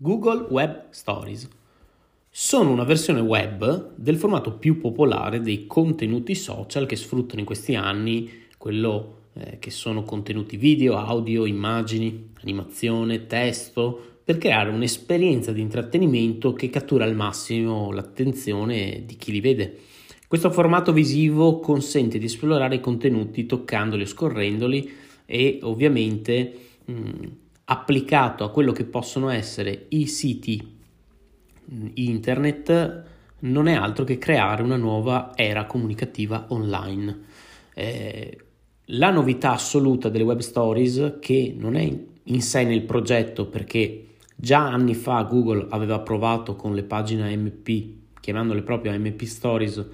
Google Web Stories. Sono una versione web del formato più popolare dei contenuti social che sfruttano in questi anni quello che sono contenuti video, audio, immagini, animazione, testo, per creare un'esperienza di intrattenimento che cattura al massimo l'attenzione di chi li vede. Questo formato visivo consente di esplorare i contenuti toccandoli o scorrendoli e ovviamente applicato a quello che possono essere i siti internet non è altro che creare una nuova era comunicativa online. La novità assoluta delle web stories, che non è in sé nel progetto, perché già anni fa Google aveva provato con le pagine AMP, chiamandole proprio AMP Stories,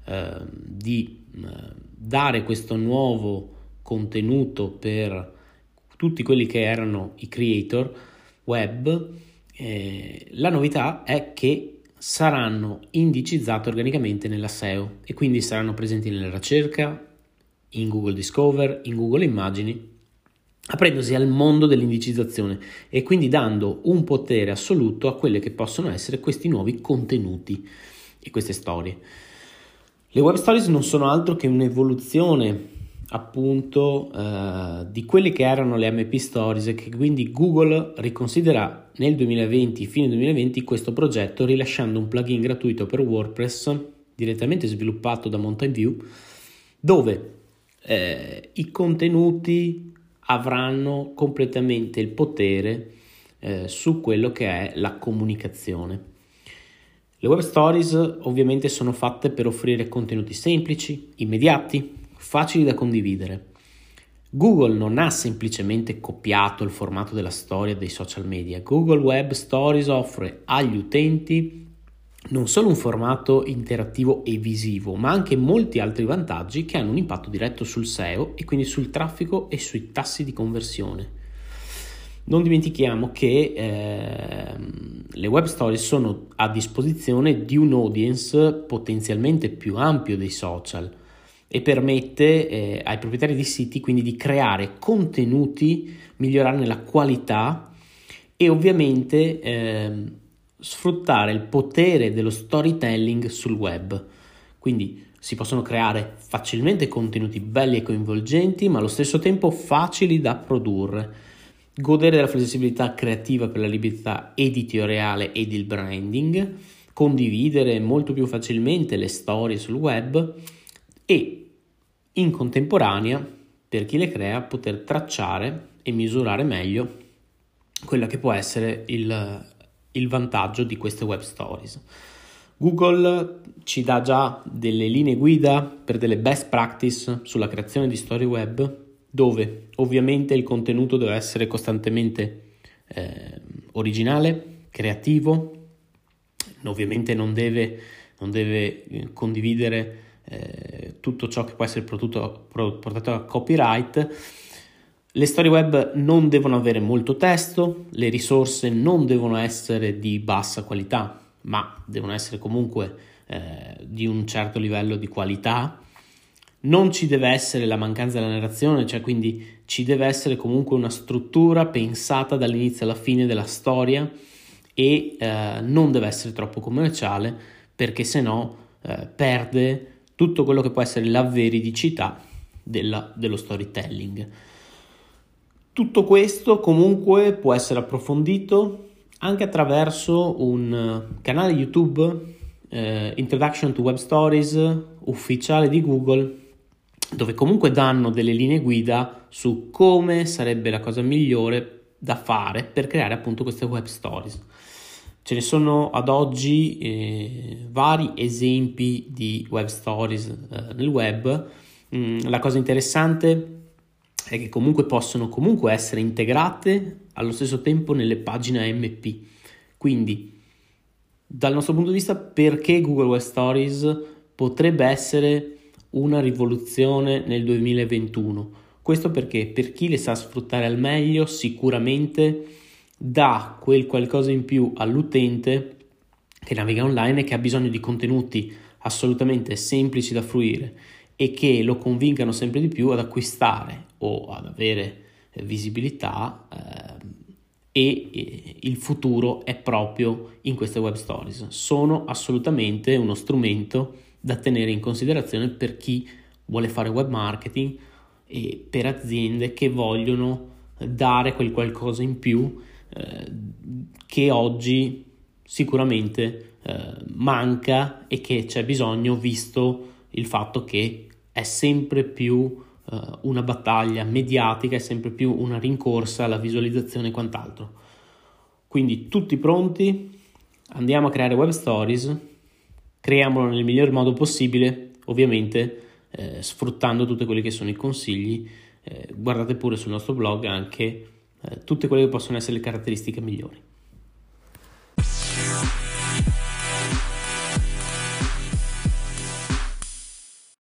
di dare questo nuovo contenuto per tutti quelli che erano i creator web. La novità è che saranno indicizzate organicamente nella SEO e quindi saranno presenti nella ricerca, in Google Discover, in Google Immagini, aprendosi al mondo dell'indicizzazione e quindi dando un potere assoluto a quelle che possono essere questi nuovi contenuti e queste storie. Le web stories non sono altro che un'evoluzione appunto di quelle che erano le MP Stories e che quindi Google riconsidera nel 2020, fine 2020, questo progetto rilasciando un plugin gratuito per WordPress direttamente sviluppato da Mountain View, dove i contenuti avranno completamente il potere su quello che è la comunicazione. Le web stories ovviamente sono fatte per offrire contenuti semplici, immediati, facili da condividere. Google non ha semplicemente copiato il formato della storia dei social media. Google Web Stories offre agli utenti non solo un formato interattivo e visivo, ma anche molti altri vantaggi che hanno un impatto diretto sul SEO e quindi sul traffico e sui tassi di conversione. Non dimentichiamo che le web stories sono a disposizione di un audience potenzialmente più ampio dei social e permette ai proprietari di siti quindi di creare contenuti, migliorarne la qualità e ovviamente sfruttare il potere dello storytelling sul web. Quindi si possono creare facilmente contenuti belli e coinvolgenti, ma allo stesso tempo facili da produrre. Godere della flessibilità creativa per la libertà editoriale ed il branding, condividere molto più facilmente le storie sul web e in contemporanea, per chi le crea, poter tracciare e misurare meglio quella che può essere il vantaggio di queste web stories. Google ci dà già delle linee guida per delle best practice sulla creazione di storie web, dove ovviamente il contenuto deve essere costantemente originale, creativo, ovviamente non deve condividere tutto ciò che può essere portato a copyright. Le storie web non devono avere molto testo, le risorse non devono essere di bassa qualità, ma devono essere comunque di un certo livello di qualità. Non ci deve essere la mancanza della narrazione, cioè quindi ci deve essere comunque una struttura pensata dall'inizio alla fine della storia e non deve essere troppo commerciale, perché sennò perde tutto quello che può essere la veridicità dello storytelling. Tutto questo comunque può essere approfondito anche attraverso un canale YouTube, Introduction to Web Stories, ufficiale di Google, dove comunque danno delle linee guida su come sarebbe la cosa migliore da fare per creare appunto queste web stories. Ce ne sono ad oggi vari esempi di web stories nel web. La cosa interessante è che comunque possono essere integrate allo stesso tempo nelle pagine AMP. Quindi dal nostro punto di vista, perché Google Web Stories potrebbe essere una rivoluzione nel 2021? Questo perché per chi le sa sfruttare al meglio sicuramente dà quel qualcosa in più all'utente che naviga online e che ha bisogno di contenuti assolutamente semplici da fruire e che lo convincano sempre di più ad acquistare o ad avere visibilità e il futuro è proprio in queste web stories. Sono assolutamente uno strumento da tenere in considerazione per chi vuole fare web marketing e per aziende che vogliono dare quel qualcosa in più che oggi sicuramente manca e che c'è bisogno, visto il fatto che è sempre più una battaglia mediatica, è sempre più una rincorsa alla visualizzazione e quant'altro. Quindi tutti pronti, andiamo a creare web stories, creiamolo nel miglior modo possibile, ovviamente sfruttando tutti quelli che sono i consigli. Guardate pure sul nostro blog anche tutte quelle che possono essere le caratteristiche migliori.